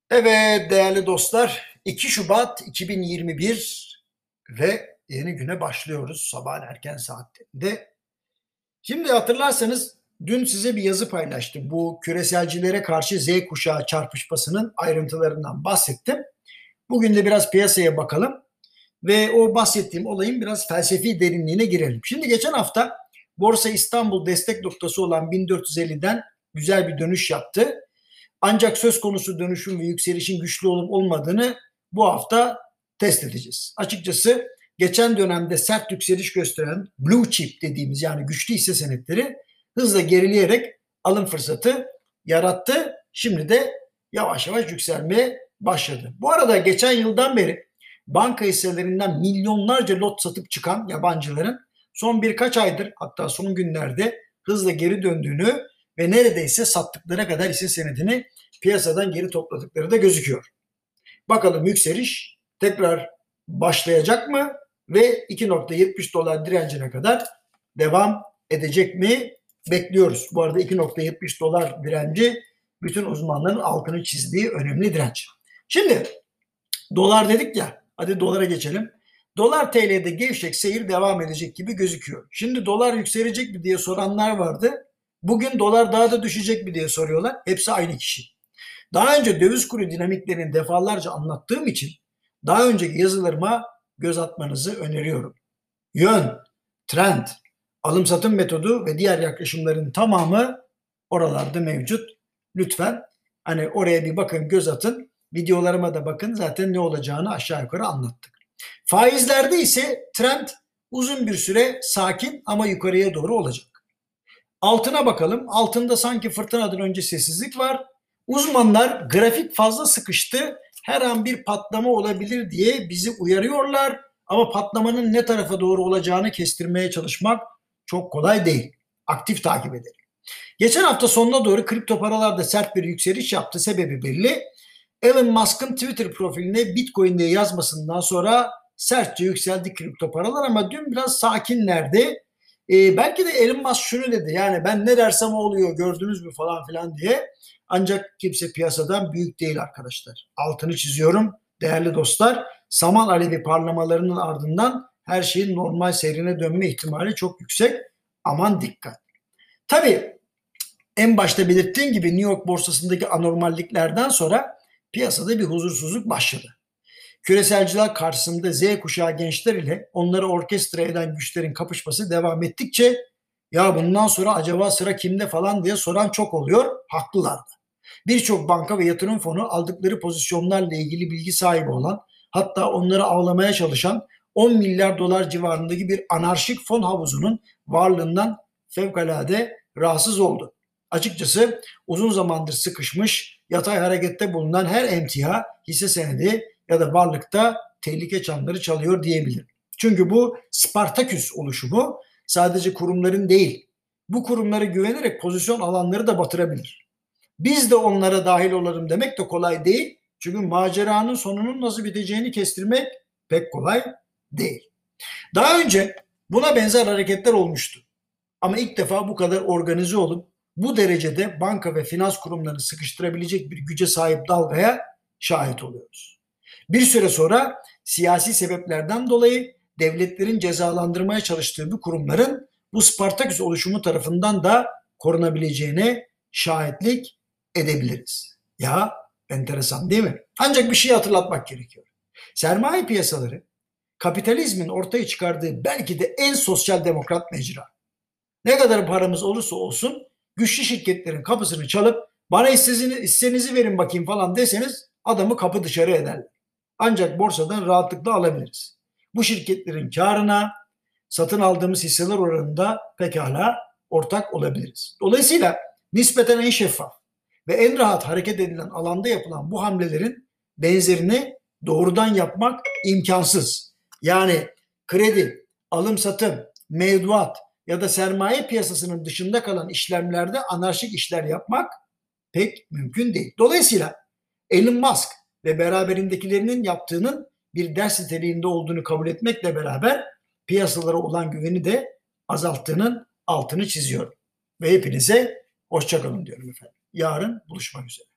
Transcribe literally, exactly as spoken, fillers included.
Evet değerli dostlar, iki Şubat iki bin yirmi bir ve yeni güne başlıyoruz sabahın erken saatlerinde. Şimdi hatırlarsanız dün size bir yazı paylaştım. Bu küreselcilere karşı Z kuşağı çarpışmasının ayrıntılarından bahsettim. Bugün de biraz piyasaya bakalım ve o bahsettiğim olayın biraz felsefi derinliğine girelim. Şimdi geçen hafta Borsa İstanbul destek noktası olan bin dört yüz elliden güzel bir dönüş yaptı. Ancak söz konusu dönüşüm ve yükselişin güçlü olup olmadığını bu hafta test edeceğiz. Açıkçası geçen dönemde sert yükseliş gösteren blue chip dediğimiz yani güçlü hisse senetleri hızla gerileyerek alım fırsatı yarattı. Şimdi de yavaş yavaş yükselmeye başladı. Bu arada geçen yıldan beri banka hisselerinden milyonlarca lot satıp çıkan yabancıların son birkaç aydır hatta son günlerde hızla geri döndüğünü ve neredeyse sattıkları kadar hisse senedini piyasadan geri topladıkları da gözüküyor. Bakalım yükseliş tekrar başlayacak mı ve iki nokta yetmiş dolar direncine kadar devam edecek mi bekliyoruz. Bu arada iki nokta yetmiş dolar direnci bütün uzmanların altını çizdiği önemli direnç. Şimdi dolar dedik ya, hadi dolara geçelim. Dolar T L'de gevşek seyir devam edecek gibi gözüküyor. Şimdi dolar yükselecek mi diye soranlar vardı. Bugün dolar daha da düşecek mi diye soruyorlar. Hepsi aynı kişi. Daha önce döviz kuru dinamiklerini defalarca anlattığım için daha önceki yazılarıma göz atmanızı öneriyorum. Yön, trend, alım satım metodu ve diğer yaklaşımların tamamı oralarda mevcut. Lütfen hani oraya bir bakın, göz atın. Videolarıma da bakın, zaten ne olacağını aşağı yukarı anlattık. Faizlerde ise trend uzun bir süre sakin ama yukarıya doğru olacak. Altına bakalım. Altında sanki fırtınadan önce sessizlik var. Uzmanlar grafik fazla sıkıştı, her an bir patlama olabilir diye bizi uyarıyorlar. Ama patlamanın ne tarafa doğru olacağını kestirmeye çalışmak çok kolay değil. Aktif takip edelim. Geçen hafta sonuna doğru kripto paralarda sert bir yükseliş yaptı. Sebebi belli. Elon Musk'ın Twitter profiline Bitcoin diye yazmasından sonra sertçe yükseldi kripto paralar ama dün biraz sakinlerdi. Ee, belki de Elon Musk şunu dedi, yani ben ne dersem oluyor gördünüz mü falan filan diye. Ancak kimse piyasadan büyük değil arkadaşlar. Altını çiziyorum değerli dostlar. Saman alevi parlamalarının ardından her şeyin normal seyrine dönme ihtimali çok yüksek. Aman dikkat. Tabii en başta belirttiğim gibi New York borsasındaki anormalliklerden sonra piyasada bir huzursuzluk başladı. Küreselciler karşısında Z kuşağı gençler ile onları orkestra eden güçlerin kapışması devam ettikçe ya bundan sonra acaba sıra kimde falan diye soran çok oluyor. Haklılar da. Birçok banka ve yatırım fonu aldıkları pozisyonlarla ilgili bilgi sahibi olan, hatta onları avlamaya çalışan on milyar dolar civarındaki bir anarşik fon havuzunun varlığından fevkalade rahatsız oldu. Açıkçası uzun zamandır sıkışmış, yatay harekette bulunan her emtia, hisse senedi ya da varlıkta tehlike çanları çalıyor diyebilirim. Çünkü bu Spartaküs oluşumu sadece kurumların değil, bu kurumlara güvenerek pozisyon alanları da batırabilir. Biz de onlara dahil olalım demek de kolay değil. Çünkü maceranın sonunun nasıl biteceğini kestirmek pek kolay değil. Daha önce buna benzer hareketler olmuştu. Ama ilk defa bu kadar organize olup bu derecede banka ve finans kurumlarını sıkıştırabilecek bir güce sahip dalgaya şahit oluyoruz. Bir süre sonra siyasi sebeplerden dolayı devletlerin cezalandırmaya çalıştığı bu kurumların bu Spartaküs oluşumu tarafından da korunabileceğine şahitlik edebiliriz. Ya enteresan değil mi? Ancak bir şey hatırlatmak gerekiyor. Sermaye piyasaları kapitalizmin ortaya çıkardığı belki de en sosyal demokrat mecra. Ne kadar paramız olursa olsun güçlü şirketlerin kapısını çalıp bana hissenizi, hissenizi verin bakayım falan deseniz adamı kapı dışarı ederler. Ancak borsadan rahatlıkla alabiliriz. Bu şirketlerin karına satın aldığımız hisseler oranında pekala ortak olabiliriz. Dolayısıyla nispeten en şeffaf ve en rahat hareket edilen alanda yapılan bu hamlelerin benzerini doğrudan yapmak imkansız. Yani kredi, alım satım, mevduat ya da sermaye piyasasının dışında kalan işlemlerde anarşik işler yapmak pek mümkün değil. Dolayısıyla Elon Musk ve beraberindekilerinin yaptığının bir ders niteliğinde olduğunu kabul etmekle beraber piyasalara olan güveni de azalttığının altını çiziyorum. Ve hepinize hoşça kalın diyorum efendim. Yarın buluşmak üzere.